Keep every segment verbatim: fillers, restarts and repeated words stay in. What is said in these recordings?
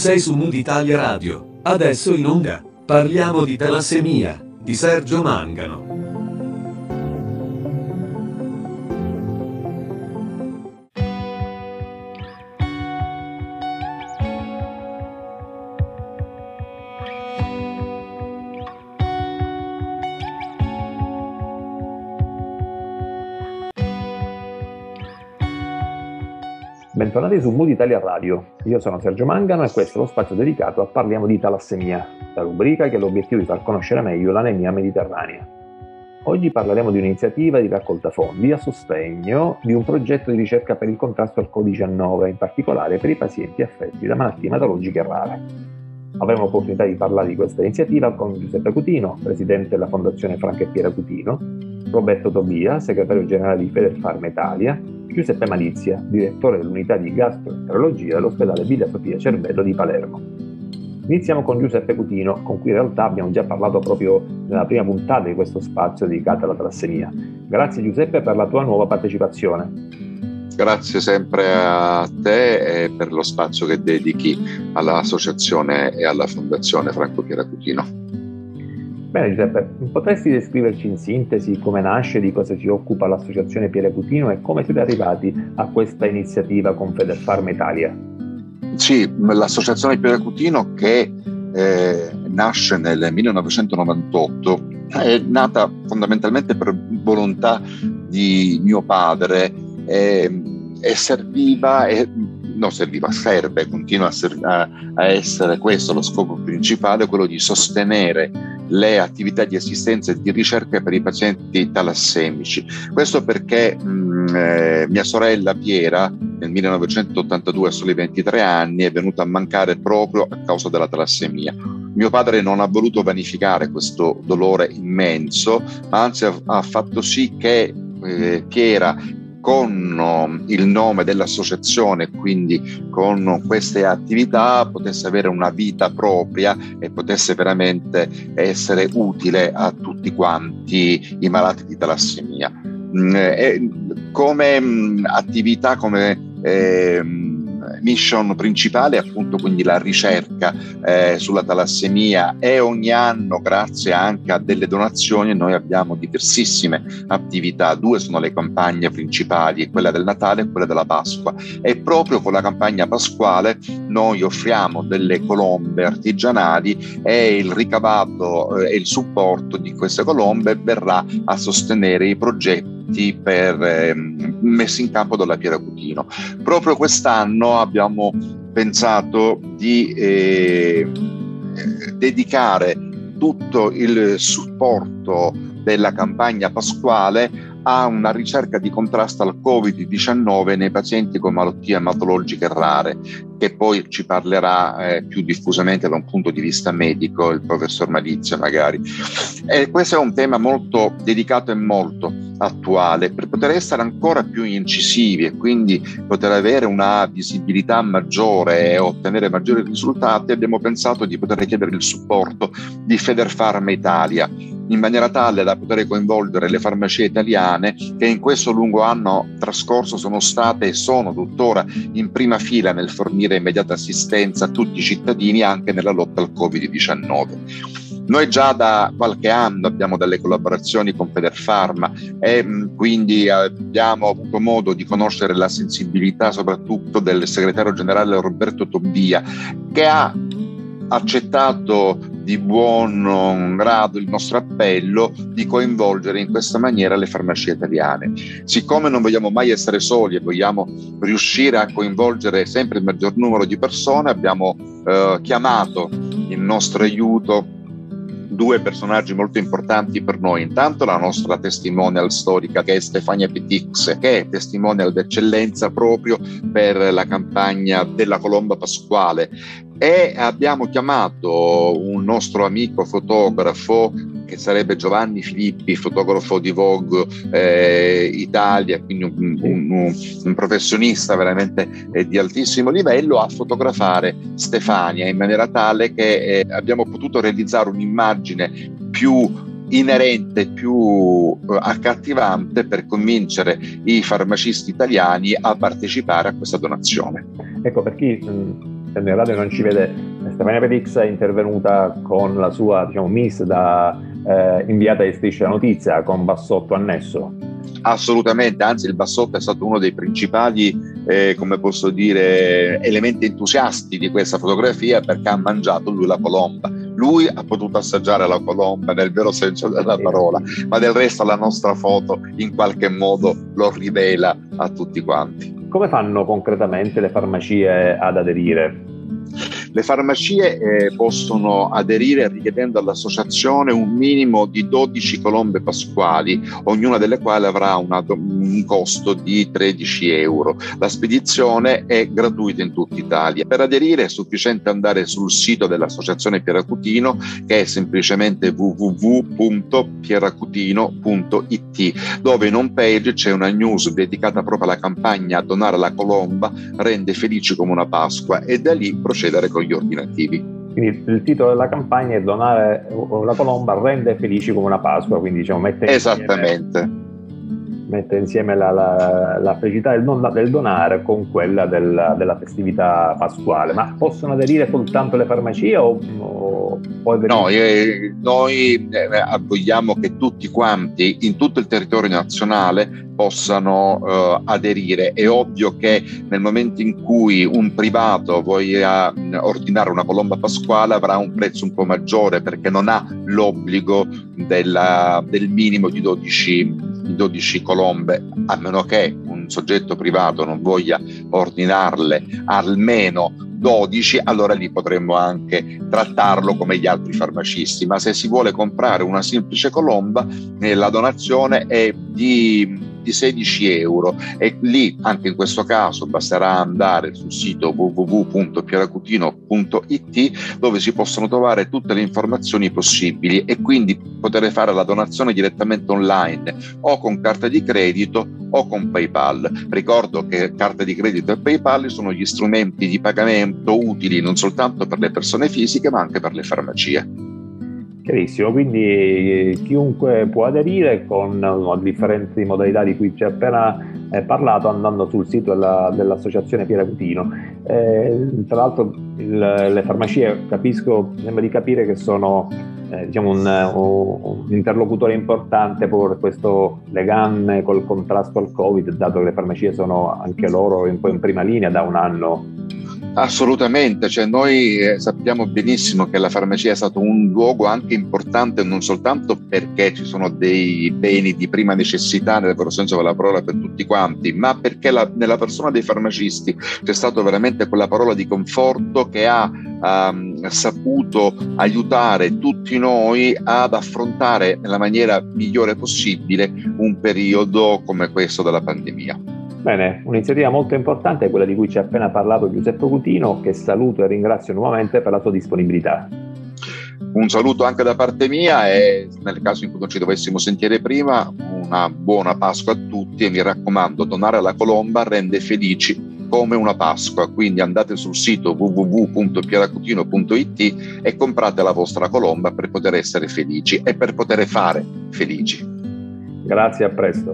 Sei su Mood Italia Radio. Adesso in onda parliamo di talassemia di Sergio Mangano. Bentornati su Mood Italia Radio, io sono Sergio Mangano e questo è lo spazio dedicato a Parliamo di talassemia, la rubrica che ha l'obiettivo di far conoscere meglio l'anemia mediterranea. Oggi parleremo di un'iniziativa di raccolta fondi a sostegno di un progetto di ricerca per il contrasto al covid diciannove, in particolare per i pazienti affetti da malattie ematologiche rare. Avremo l'opportunità di parlare di questa iniziativa con Giuseppe Cutino, presidente della Fondazione Franca e Piera Cutino, Roberto Tobia, segretario generale di Federfarm Italia, Giuseppe Malizia, direttore dell'unità di gastroenterologia dell'ospedale Villa Sofia Cervello di Palermo. Iniziamo con Giuseppe Cutino, con cui in realtà abbiamo già parlato proprio nella prima puntata di questo spazio dedicato alla talassemia. Grazie Giuseppe per la tua nuova partecipazione. Grazie sempre a te e per lo spazio che dedichi all'associazione e alla Fondazione Franco Piera Cutino. Bene Giuseppe, potresti descriverci in sintesi come nasce, di cosa si occupa l'associazione Piera Cutino e come siete arrivati a questa iniziativa con Federfarm Italia? Sì, l'associazione Piera Cutino che eh, nasce nel millenovecentonovantotto è nata fondamentalmente per volontà di mio padre e, e serviva e no serviva, serve, continua a, serv- a, a essere questo lo scopo principale, quello di sostenere le attività di assistenza e di ricerca per i pazienti talassemici. Questo perché mh, eh, mia sorella Piera nel millenovecentottantadue, a soli ventitré anni, è venuta a mancare proprio a causa della talassemia. Mio padre non ha voluto vanificare questo dolore immenso, ma anzi ha, ha fatto sì che eh, Piera, con il nome dell'associazione, quindi con queste attività, potesse avere una vita propria e potesse veramente essere utile a tutti quanti i malati di talassemia. E come attività, come eh, mission principale, appunto, quindi la ricerca eh, sulla talassemia, e ogni anno, grazie anche a delle donazioni, noi abbiamo diversissime attività. Due sono le campagne principali, quella del Natale e quella della Pasqua, e proprio con la campagna pasquale noi offriamo delle colombe artigianali e il ricavato e eh, il supporto di queste colombe verrà a sostenere i progetti per eh, messi in campo dalla Piera Cutino. Proprio quest'anno abbiamo pensato di eh, dedicare tutto il supporto della campagna pasquale a una ricerca di contrasto al covid diciannove nei pazienti con malattie ematologiche rare, che poi ci parlerà eh, più diffusamente da un punto di vista medico il professor Malizia magari. E questo è un tema molto dedicato e molto attuale. Per poter essere ancora più incisivi e quindi poter avere una visibilità maggiore e ottenere maggiori risultati, abbiamo pensato di poter chiedere il supporto di Federfarm Italia, in maniera tale da poter coinvolgere le farmacie italiane che in questo lungo anno trascorso sono state e sono tuttora in prima fila nel fornire immediata assistenza a tutti i cittadini, anche nella lotta al covid diciannove. Noi già da qualche anno abbiamo delle collaborazioni con Federfarm e mh, quindi abbiamo avuto modo di conoscere la sensibilità soprattutto del segretario generale Roberto Tobia, che ha accettato di buon grado il nostro appello di coinvolgere in questa maniera le farmacie italiane. Siccome non vogliamo mai essere soli e vogliamo riuscire a coinvolgere sempre il maggior numero di persone, abbiamo eh, chiamato in nostro aiuto due personaggi molto importanti per noi. Intanto la nostra testimonial storica, che è Stefania Petix, che è testimonial d'eccellenza proprio per la campagna della colomba pasquale, e abbiamo chiamato un nostro amico fotografo che sarebbe Giovanni Filippi, fotografo di Vogue eh, Italia, quindi un, un, un professionista veramente eh, di altissimo livello, a fotografare Stefania, in maniera tale che eh, abbiamo potuto realizzare un'immagine più inerente, più eh, accattivante per convincere i farmacisti italiani a partecipare a questa donazione. Ecco, per chi mh, in radio non ci vede, Stefania Petix è intervenuta con la sua, diciamo, miss da eh, inviata di Striscia la Notizia, con bassotto annesso. Assolutamente, anzi il bassotto è stato uno dei principali, eh, come posso dire, elementi entusiasti di questa fotografia, perché ha mangiato lui la colomba. Lui ha potuto assaggiare la colomba nel vero senso della parola, ma del resto la nostra foto in qualche modo lo rivela a tutti quanti. Come fanno concretamente le farmacie ad aderire? Le farmacie eh, possono aderire richiedendo all'associazione un minimo di dodici colombe pasquali, ognuna delle quali avrà una, un costo di tredici euro. La spedizione è gratuita in tutta Italia. Per aderire è sufficiente andare sul sito dell'Associazione Pieracutino, che è semplicemente w w w punto pieracutino punto i t, dove in home page c'è una news dedicata proprio alla campagna Donare la colomba rende felici come una Pasqua, e da lì procedere con gli ordinativi. Quindi il titolo della campagna è Donare la colomba rende felici come una Pasqua, quindi diciamo mette esattamente insieme, mette insieme la, la, la felicità del, don, del donare con quella del, della festività pasquale. Ma possono aderire soltanto le farmacie o, o può aderire? No, eh, noi eh, vogliamo che tutti quanti in tutto il territorio nazionale possano eh, aderire. È ovvio che nel momento in cui un privato voglia ordinare una colomba pasquale avrà un prezzo un po' maggiore, perché non ha l'obbligo della, del minimo di dodici, dodici colombe, a meno che un soggetto privato non voglia ordinarle almeno dodici, allora lì potremmo anche trattarlo come gli altri farmacisti. Ma se si vuole comprare una semplice colomba, eh, la donazione è di di sedici euro, e lì anche in questo caso basterà andare sul sito w w w punto pieracutino punto i t, dove si possono trovare tutte le informazioni possibili, e quindi poter fare la donazione direttamente online o con carta di credito o con PayPal. Ricordo che carta di credito e PayPal sono gli strumenti di pagamento utili non soltanto per le persone fisiche ma anche per le farmacie. Chiarissimo, quindi chiunque può aderire con no, differenti modalità di cui ci ha appena eh, parlato, andando sul sito della, dell'Associazione Pieracutino. Eh, tra l'altro il, le farmacie, capisco, sembra di capire che sono eh, diciamo un, un, un interlocutore importante per questo legame col contrasto al Covid, dato che le farmacie sono anche loro un po' in prima linea da un anno. Assolutamente, cioè noi eh, sappiamo benissimo che la farmacia è stato un luogo anche importante, non soltanto perché ci sono dei beni di prima necessità nel vero senso della parola per tutti quanti, ma perché la, nella persona dei farmacisti c'è stato veramente quella parola di conforto che ha um, saputo aiutare tutti noi ad affrontare nella maniera migliore possibile un periodo come questo della pandemia. Bene, un'iniziativa molto importante è quella di cui ci ha appena parlato Giuseppe Cutino, che saluto e ringrazio nuovamente per la sua disponibilità. Un saluto anche da parte mia, e nel caso in cui non ci dovessimo sentire prima, una buona Pasqua a tutti, e mi raccomando, donare la colomba rende felici come una Pasqua, quindi andate sul sito w w w punto pieracutino punto i t e comprate la vostra colomba per poter essere felici e per poter fare felici. Grazie, a presto.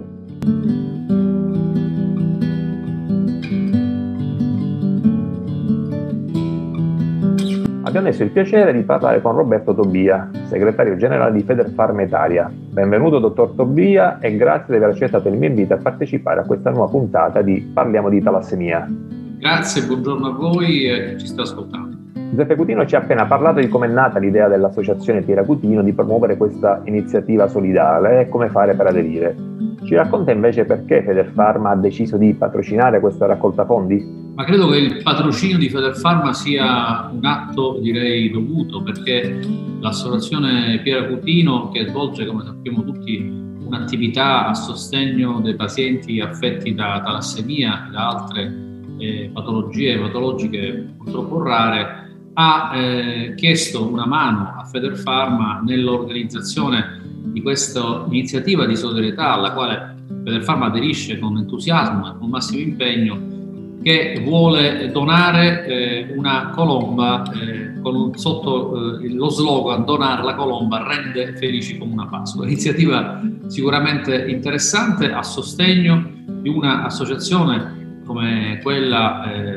Abbiamo adesso il piacere di parlare con Roberto Tobia, segretario generale di Federfarma Italia. Benvenuto dottor Tobia, e grazie di aver accettato il mio invito a partecipare a questa nuova puntata di Parliamo di talassemia. Grazie, buongiorno a voi e ci sta ascoltando. Giuseppe Cutino ci ha appena parlato di come è nata l'idea dell'Associazione Pieracutino di promuovere questa iniziativa solidale e come fare per aderire. Ci racconta invece perché Federfarma ha deciso di patrocinare questa raccolta fondi? Ma credo che il patrocinio di Federfarma sia un atto, direi, dovuto, perché l'Associazione Pieracutino, che svolge, come sappiamo tutti, un'attività a sostegno dei pazienti affetti da talassemia e da altre eh, patologie patologiche purtroppo rare, ha eh, chiesto una mano a Federfarma nell'organizzazione di questa iniziativa di solidarietà, alla quale Federfarma aderisce con entusiasmo e con massimo impegno, che vuole donare eh, una colomba eh, con sotto eh, lo slogan "Donare la colomba rende felici come una Pasqua". Iniziativa sicuramente interessante a sostegno di un'associazione come quella eh,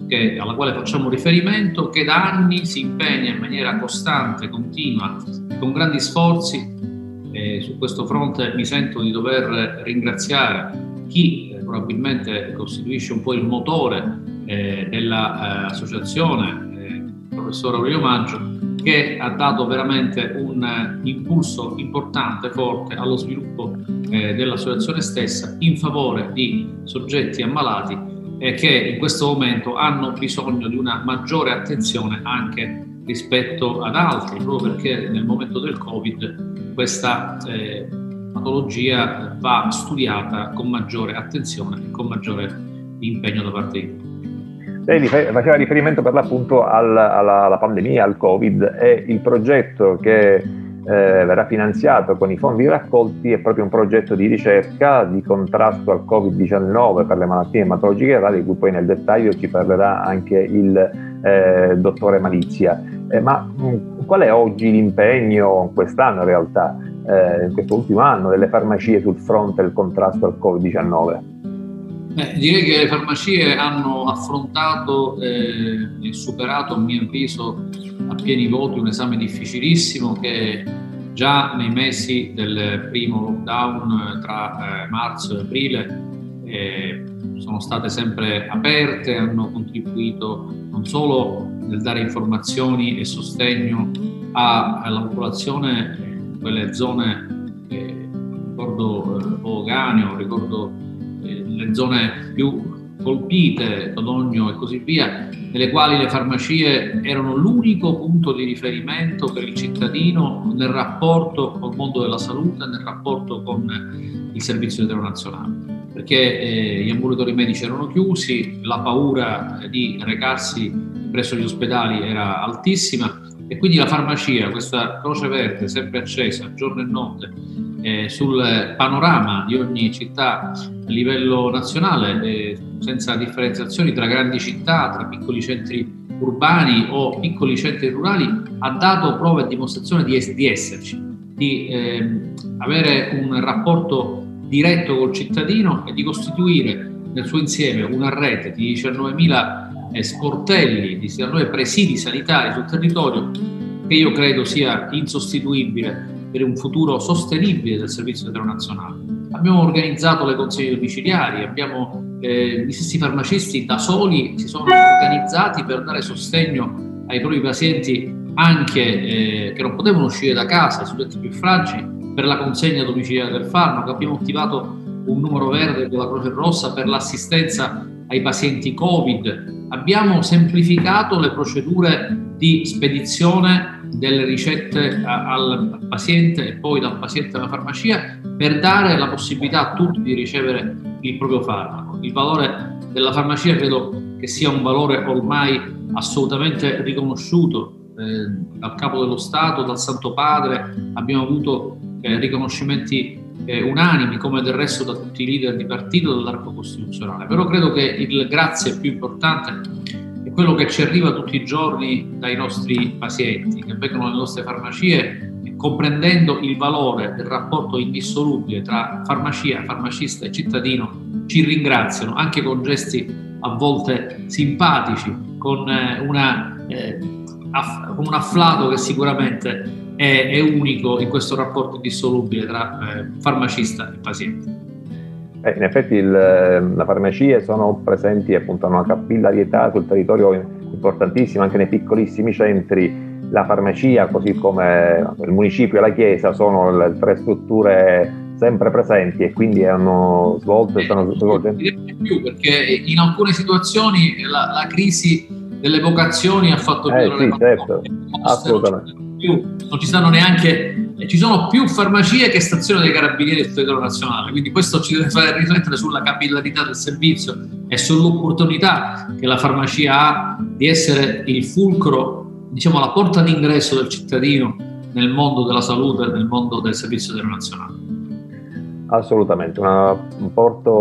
che, alla quale facciamo riferimento, che da anni si impegna in maniera costante, continua, con grandi sforzi. Eh, su questo fronte mi sento di dover ringraziare chi eh, probabilmente costituisce un po' il motore eh, dell'associazione, eh, il professor Aurelio Maggio, che ha dato veramente un uh, impulso importante, forte allo sviluppo eh, dell'associazione stessa in favore di soggetti ammalati eh, che in questo momento hanno bisogno di una maggiore attenzione anche rispetto ad altri, proprio perché nel momento del Covid questa eh, patologia va studiata con maggiore attenzione e con maggiore impegno da parte di tutti. Lei faceva riferimento per l'appunto alla, alla, alla pandemia, al Covid, e il progetto che eh, verrà finanziato con i fondi raccolti è proprio un progetto di ricerca di contrasto al covid diciannove per le malattie ematologiche rare, di cui poi nel dettaglio ci parlerà anche il eh, dottore Malizia. Eh, ma mh, qual è oggi l'impegno, quest'anno in realtà, eh, in questo ultimo anno, delle farmacie sul fronte del contrasto al covid diciannove? Eh, direi che le farmacie hanno affrontato eh, e superato, a mio avviso, a pieni voti un esame difficilissimo che già nei mesi del primo lockdown tra eh, marzo e aprile eh, sono state sempre aperte, hanno contribuito non solo nel dare informazioni e sostegno a, alla popolazione in quelle zone, eh, ricordo eh, Poganeo, ricordo le zone più colpite, Codogno e così via, nelle quali le farmacie erano l'unico punto di riferimento per il cittadino nel rapporto col mondo della salute, nel rapporto con il servizio sanitario nazionale, perché eh, gli ambulatori medici erano chiusi, la paura di recarsi presso gli ospedali era altissima e quindi la farmacia, questa croce verde sempre accesa giorno e notte, Eh, sul panorama di ogni città a livello nazionale, eh, senza differenziazioni tra grandi città, tra piccoli centri urbani o piccoli centri rurali, ha dato prova e dimostrazione di, es- di esserci, di eh, avere un rapporto diretto col cittadino e di costituire nel suo insieme una rete di diciannovemila eh, sportelli, di diciannove presidi sanitari sul territorio, che io credo sia insostituibile per un futuro sostenibile del Servizio Sanitario Nazionale. Abbiamo organizzato le consegne domiciliari, abbiamo eh, gli stessi farmacisti da soli si sono organizzati per dare sostegno ai propri pazienti anche eh, che non potevano uscire da casa, i soggetti più fragili, per la consegna domiciliare del farmaco. Abbiamo attivato un numero verde con la Croce Rossa per l'assistenza ai pazienti Covid. Abbiamo semplificato le procedure di spedizione delle ricette a, al paziente e poi dal paziente alla farmacia per dare la possibilità a tutti di ricevere il proprio farmaco. Il valore della farmacia credo che sia un valore ormai assolutamente riconosciuto eh, dal Capo dello Stato, dal Santo Padre. Abbiamo avuto eh, riconoscimenti eh, unanimi, come del resto da tutti i leader di partito dell'arco costituzionale. Però credo che il grazie più importante è quello che ci arriva tutti i giorni dai nostri pazienti che vengono nelle nostre farmacie e, comprendendo il valore del rapporto indissolubile tra farmacia, farmacista e cittadino, ci ringraziano anche con gesti a volte simpatici, con, eh, una, eh, aff- con un afflato che sicuramente è, è unico in questo rapporto indissolubile tra eh, farmacista e paziente. Eh, in effetti il, le farmacie sono presenti, appunto, hanno una capillarietà sul territorio importantissima, anche nei piccolissimi centri. La farmacia, così come il municipio e la chiesa, sono le tre strutture sempre presenti e quindi hanno svolto e stanno svolgendo. Più perché in alcune situazioni la, la crisi delle vocazioni ha fatto eh, più sì, certo, assolutamente. Più, non ci stanno neanche, ci sono più farmacie che stazioni dei carabinieri sul territorio nazionale, quindi questo ci deve fare riflettere sulla capillarità del servizio e sull'opportunità che la farmacia ha di essere il fulcro, diciamo la porta d'ingresso del cittadino nel mondo della salute, nel mondo del servizio sanitario nazionale. Assolutamente, una, un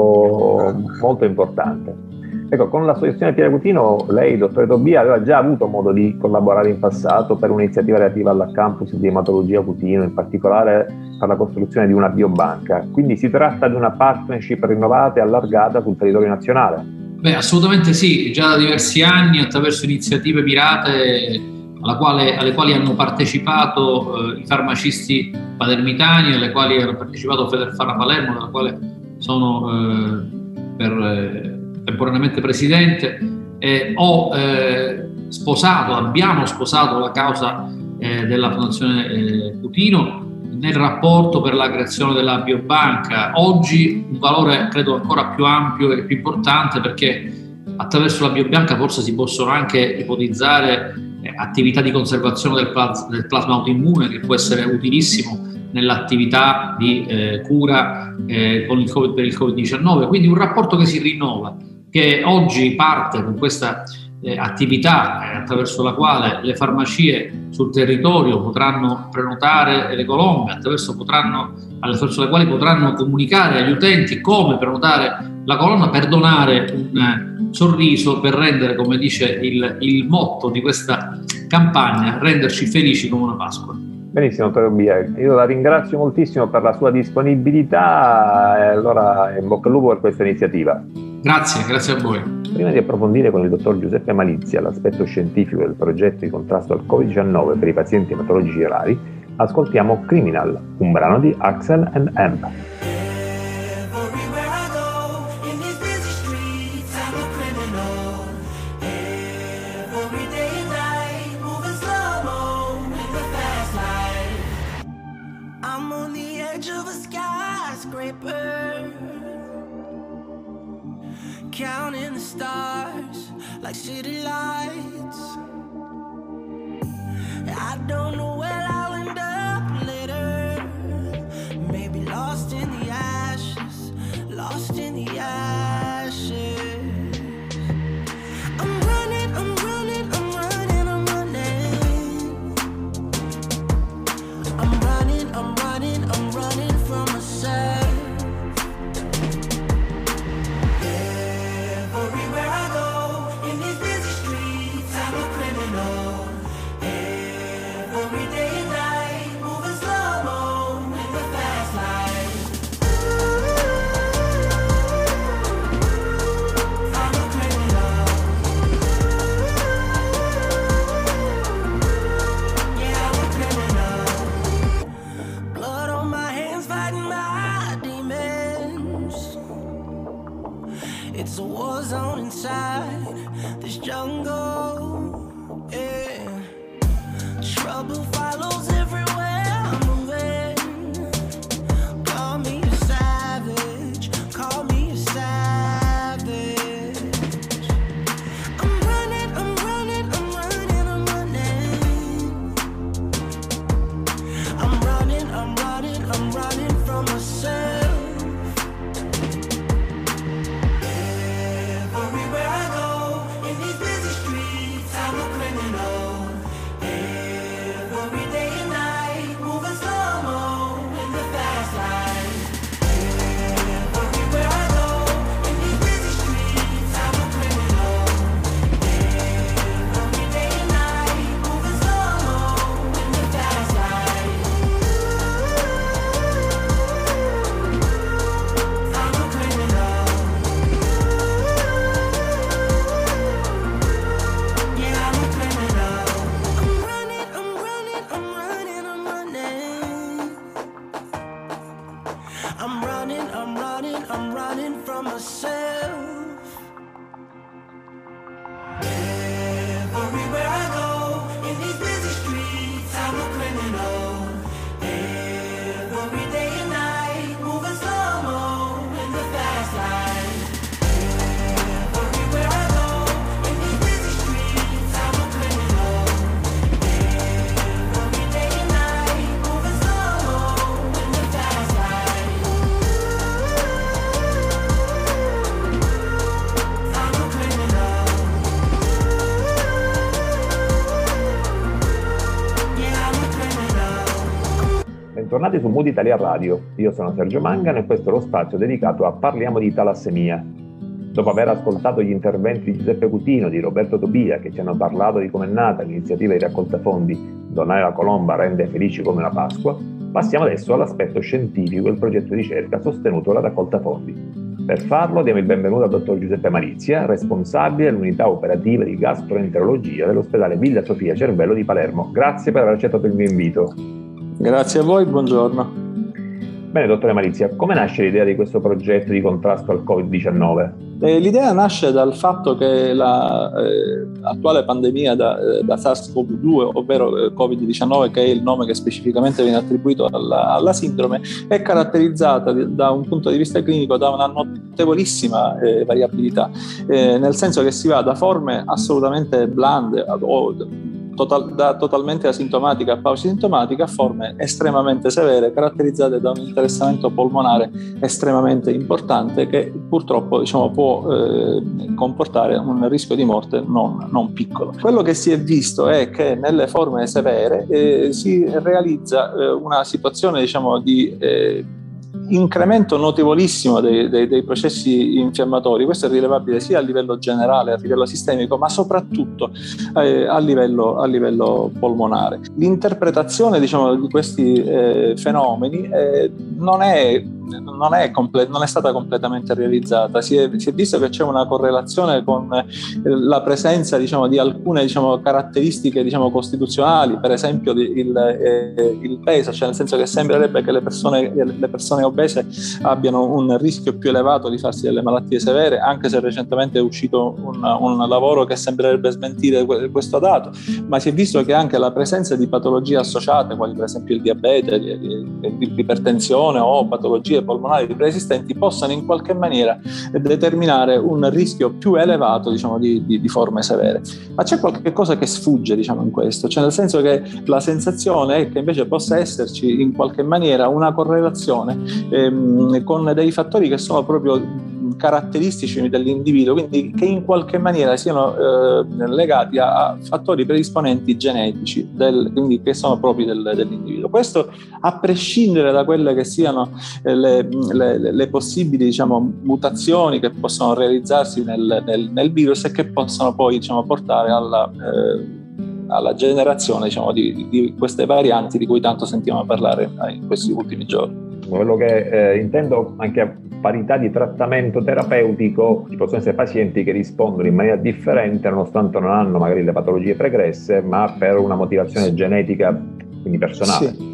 porto molto importante. Ecco, con l'associazione Piera Cutino lei, dottore Tobia, aveva già avuto modo di collaborare in passato per un'iniziativa relativa al campus di ematologia Cutino, in particolare per la costruzione di una biobanca. Quindi si tratta di una partnership rinnovata e allargata sul territorio nazionale. Beh, assolutamente sì, già da diversi anni attraverso iniziative mirate alla quale, alle quali hanno partecipato eh, i farmacisti palermitani, alle quali hanno partecipato Federfarma Palermo, della quale sono eh, per, eh, temporaneamente presidente, eh, ho eh, sposato, abbiamo sposato la causa eh, della Fondazione eh, Cutino nel rapporto per la creazione della biobanca. Oggi un valore credo ancora più ampio e più importante, perché attraverso la biobanca forse si possono anche ipotizzare eh, attività di conservazione del, plas- del plasma autoimmune, che può essere utilissimo nell'attività di eh, cura eh, con il COVID, per il covid diciannove. Quindi un rapporto che si rinnova, che oggi parte con questa eh, attività eh, attraverso la quale le farmacie sul territorio potranno prenotare le colombe, attraverso, potranno, attraverso le quali potranno comunicare agli utenti come prenotare la colonna per donare un eh, sorriso, per rendere, come dice il, il motto di questa campagna, renderci felici come una Pasqua. Benissimo, dottor Obia, io la ringrazio moltissimo per la sua disponibilità e allora in bocca al lupo per questa iniziativa. Grazie, grazie a voi. Prima di approfondire con il dottor Giuseppe Malizia l'aspetto scientifico del progetto di contrasto al covid diciannove per i pazienti ematologici rari, ascoltiamo Criminal, un brano di Axel and Amp. Counting the stars like city lights. I don't know where I'll end up later. Maybe lost in the ashes, lost in the ashes. I'm running, I'm running, I'm running, I'm running. I'm running, I'm running, I'm running from myself. It's a war zone inside this jungle, yeah. Trouble follows everywhere I'm moving. Call me a savage, call me a savage. I'm running, I'm running, I'm running, I'm running. I'm running, I'm running, I'm running from myself. I'm running, I'm running, I'm running from myself. Everywhere I go, in these busy streets, I'm a criminal. Every day and night, moving slow-mo in the fast lane. Everywhere I go, in these busy streets, I'm a criminal. Every day and night, moving slow-mo in the fast lane. I'm a criminal. Yeah, I'm a criminal. Bentornati su Mood Italia Radio, io sono Sergio Mangano e questo è lo spazio dedicato a Parliamo di talassemia. Dopo aver ascoltato gli interventi di Giuseppe Cutino, di Roberto Tobia, che ci hanno parlato di come è nata l'iniziativa di raccolta fondi Donare la colomba rende felici come la Pasqua, passiamo adesso all'aspetto scientifico del progetto di ricerca sostenuto dalla raccolta fondi. Per farlo diamo il benvenuto al dottor Giuseppe Malizia, responsabile dell'unità operativa di gastroenterologia dell'ospedale Villa Sofia Cervello di Palermo. Grazie per aver accettato il mio invito. Grazie a voi, buongiorno. Bene, dottore Malizia, come nasce l'idea di questo progetto di contrasto al covid diciannove? Eh, l'idea nasce dal fatto che l'attuale eh, pandemia da, da SARS-CoV due, ovvero eh, covid diciannove, che è il nome che specificamente viene attribuito alla, alla sindrome, è caratterizzata da un punto di vista clinico da una notevolissima eh, variabilità, eh, nel senso che si va da forme assolutamente blande o Total, da totalmente asintomatica a pausintomatica a forme estremamente severe caratterizzate da un interessamento polmonare estremamente importante che purtroppo diciamo, può eh, comportare un rischio di morte non, non piccolo. Quello che si è visto è che nelle forme severe eh, si realizza eh, una situazione diciamo, di eh, incremento notevolissimo dei, dei, dei processi infiammatori. Questo è rilevabile sia a livello generale, a livello sistemico, ma soprattutto eh, a, livello, a livello polmonare. L'interpretazione diciamo, di questi eh, fenomeni eh, non è Non è, comple- non è stata completamente realizzata. Si è, si è visto che c'è una correlazione con eh, la presenza diciamo, di alcune diciamo, caratteristiche diciamo, costituzionali, per esempio di, il, eh, il peso, cioè nel senso che sembrerebbe che le persone, le persone obese abbiano un rischio più elevato di farsi delle malattie severe, anche se recentemente è uscito un, un lavoro che sembrerebbe smentire questo dato, ma si è visto che anche la presenza di patologie associate, quali per esempio il diabete, l'ipertensione o patologie polmonari preesistenti possano in qualche maniera determinare un rischio più elevato diciamo, di, di, di forme severe. Ma c'è qualche cosa che sfugge diciamo, in questo, cioè nel senso che la sensazione è che invece possa esserci in qualche maniera una correlazione ehm, con dei fattori che sono proprio caratteristici dell'individuo, quindi che in qualche maniera siano eh, legati a, a fattori predisponenti genetici, del, quindi che sono propri del, dell'individuo. Questo a prescindere da quelle che siano eh, le, le, le possibili diciamo, mutazioni che possono realizzarsi nel, nel, nel virus e che possono poi diciamo, portare alla, eh, alla generazione diciamo, di, di queste varianti di cui tanto sentiamo parlare in questi ultimi giorni. Quello che eh, intendo anche a parità di trattamento terapeutico, ci possono essere pazienti che rispondono in maniera differente nonostante non hanno magari le patologie pregresse, ma per una motivazione genetica, quindi personale. Sì.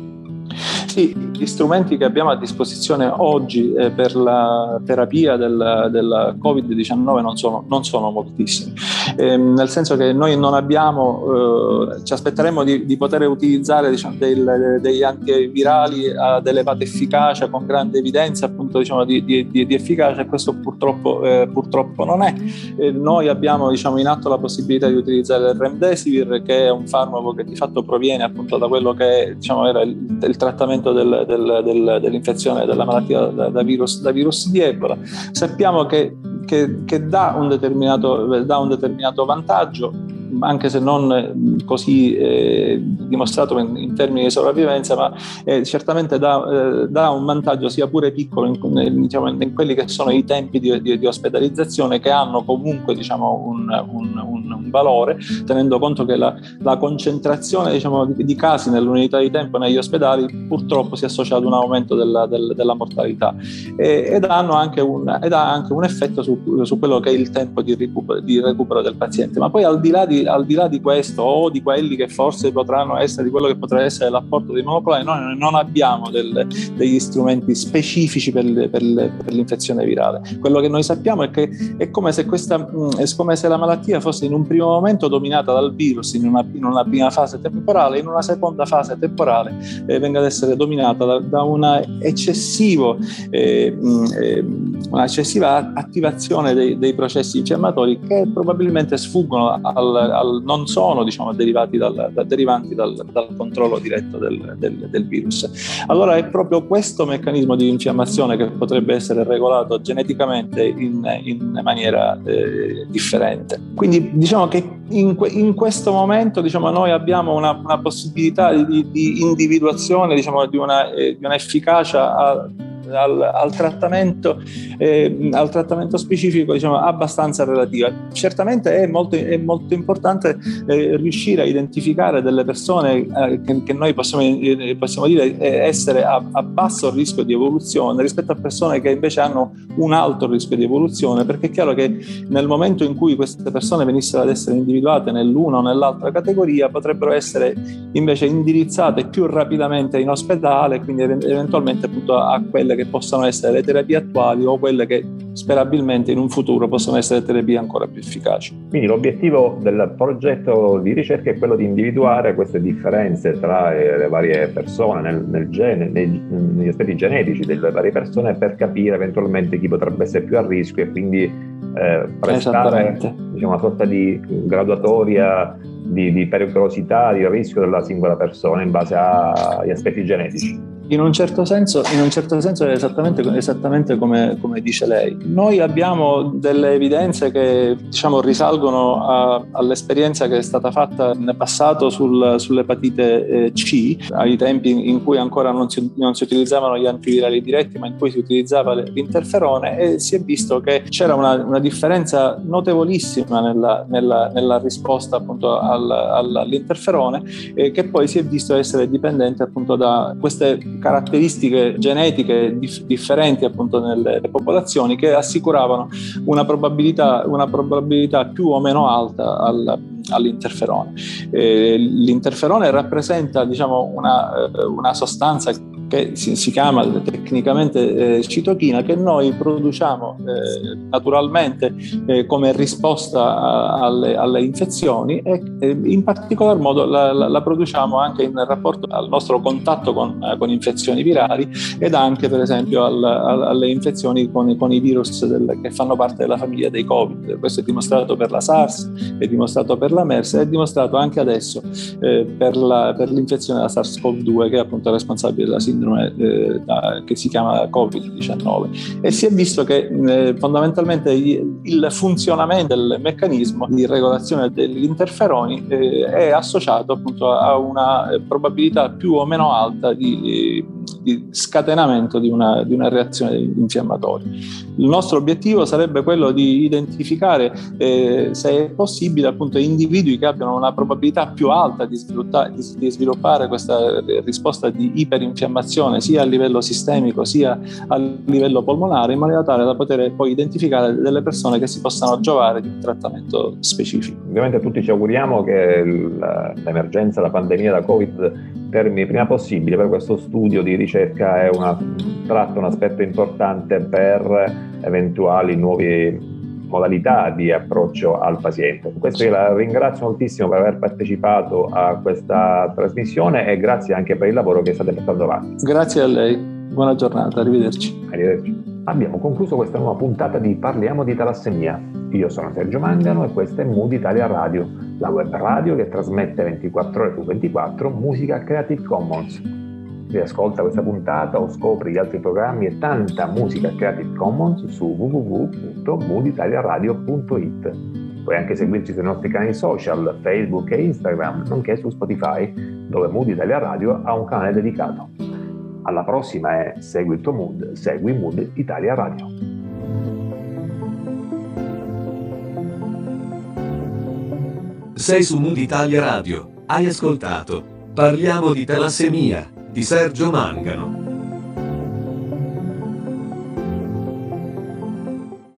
Sì, gli strumenti che abbiamo a disposizione oggi eh, per la terapia del, del covid diciannove non sono, non sono moltissimi, eh, nel senso che noi non abbiamo, eh, ci aspetteremo di, di poter utilizzare diciamo, del, degli antivirali ad elevata efficacia, con grande evidenza appunto diciamo, di, di, di efficacia, e questo purtroppo, eh, purtroppo non è. Eh, noi abbiamo diciamo, in atto la possibilità di utilizzare il Remdesivir, che è un farmaco che di fatto proviene appunto da quello che diciamo, era il, il trattamento Del, del, del, dell'infezione della malattia da, da, virus, da virus di Ebola. Sappiamo che, che, che dà, un determinato, dà un determinato vantaggio, anche se non così eh, dimostrato in, in termini di sopravvivenza, ma eh, certamente dà, eh, dà un vantaggio sia pure piccolo in, in, diciamo, in quelli che sono i tempi di, di, di ospedalizzazione, che hanno comunque diciamo, un, un, un, un valore, tenendo conto che la, la concentrazione diciamo, di, di casi nell'unità di tempo negli ospedali purtroppo si associa ad un aumento della, del, della mortalità e, ed, hanno anche un, ed ha anche un effetto su, su quello che è il tempo di recupero, di recupero del paziente. Ma poi al di là di al di là di questo o di quelli che forse potranno essere, di quello che potrà essere l'apporto dei monoclonali, noi non abbiamo del, degli strumenti specifici per, le, per, le, per l'infezione virale. Quello che noi sappiamo è che è come se questa è come se la malattia fosse in un primo momento dominata dal virus in una, in una prima fase temporale, in una seconda fase temporale eh, venga ad essere dominata da, da una eccessivo eh, eh, una eccessiva attivazione dei, dei processi infiammatori che probabilmente sfuggono al Al, non sono diciamo, derivati dal, da, derivanti dal, dal controllo diretto del, del, del virus. Allora è proprio questo meccanismo di infiammazione che potrebbe essere regolato geneticamente in, in maniera eh, differente. Quindi diciamo che in, in questo momento diciamo, noi abbiamo una, una possibilità di, di individuazione diciamo, di, una, eh, di un'efficacia a, al, al, trattamento, eh, al trattamento specifico, diciamo, abbastanza relativa. Certamente è molto, è molto importante eh, riuscire a identificare delle persone eh, che, che noi possiamo, eh, possiamo dire essere a, a basso rischio di evoluzione rispetto a persone che invece hanno un alto rischio di evoluzione, perché è chiaro che nel momento in cui queste persone venissero ad essere individuate nell'una o nell'altra categoria, potrebbero essere invece indirizzate più rapidamente in ospedale, quindi eventualmente appunto a quelle che possono essere le terapie attuali o quelle che sperabilmente in un futuro possono essere terapie ancora più efficaci. Quindi l'obiettivo del progetto di ricerca è quello di individuare queste differenze tra le varie persone nel, nel gene, nei, negli aspetti genetici delle varie persone, per capire eventualmente chi potrebbe essere più a rischio e quindi eh, prestare, diciamo, una sorta di graduatoria di, di pericolosità, di rischio della singola persona in base agli aspetti genetici. In un certo senso, in un certo senso è esattamente, esattamente come, come dice lei. Noi abbiamo delle evidenze che, diciamo, risalgono a, all'esperienza che è stata fatta nel passato sul, sull'epatite eh, C, ai tempi in cui ancora non si, non si utilizzavano gli antivirali diretti, ma in cui si utilizzava l'interferone, e si è visto che c'era una, una differenza notevolissima nella, nella, nella risposta appunto al, al, all'interferone, eh, che poi si è visto essere dipendente appunto da queste caratteristiche genetiche dif- differenti appunto nelle popolazioni, che assicuravano una probabilità, una probabilità più o meno alta al, all'interferone. Eh, l'interferone rappresenta, diciamo, una, una sostanza che si, si chiama tecnicamente eh, citochina, che noi produciamo eh, naturalmente eh, come risposta a, alle, alle infezioni, e eh, in particolar modo la, la, la produciamo anche in rapporto al nostro contatto con, eh, con infezioni virali, ed anche per esempio al, al, alle infezioni con, con i virus del, che fanno parte della famiglia dei Covid. Questo è dimostrato per la SARS, è dimostrato per la MERS, è dimostrato anche adesso eh, per, la, per l'infezione da SARS-CoV due, che è appunto responsabile della sindrome Eh, da, che si chiama covid diciannove, e si è visto che eh, fondamentalmente il funzionamento del meccanismo di regolazione degli interferoni eh, è associato appunto a una probabilità più o meno alta di, di scatenamento di una, di una reazione infiammatoria. Il nostro obiettivo sarebbe quello di identificare eh, se è possibile appunto individui che abbiano una probabilità più alta di sviluppare, di, di sviluppare questa risposta di iperinfiammazione sia a livello sistemico sia a livello polmonare, in maniera tale da poter poi identificare delle persone che si possano giovare di un trattamento specifico. Ovviamente tutti ci auguriamo che l'emergenza, la pandemia da Covid termini prima possibile. Per questo studio di ricerca è una, tratta un aspetto importante per eventuali nuove modalità di approccio al paziente. Per questo io la ringrazio moltissimo per aver partecipato a questa trasmissione, e grazie anche per il lavoro che state portando avanti. Grazie a lei, buona giornata, arrivederci. Arrivederci. Abbiamo concluso questa nuova puntata di Parliamo di talassemia. Io sono Sergio Mangano e questa è Mood Italia Radio, la web radio che trasmette ventiquattro ore su ventiquattro musica Creative Commons. Riascolta questa puntata o scopri gli altri programmi e tanta musica Creative Commons su w w w punto mood italia radio punto i t. Puoi anche seguirci sui nostri canali social, Facebook e Instagram, nonché su Spotify, dove Mood Italia Radio ha un canale dedicato. Alla prossima e segui il tuo mood, segui Mood Italia Radio. Sei su Mood Italia Radio. Hai ascoltato Parliamo di talassemia di Sergio Mangano.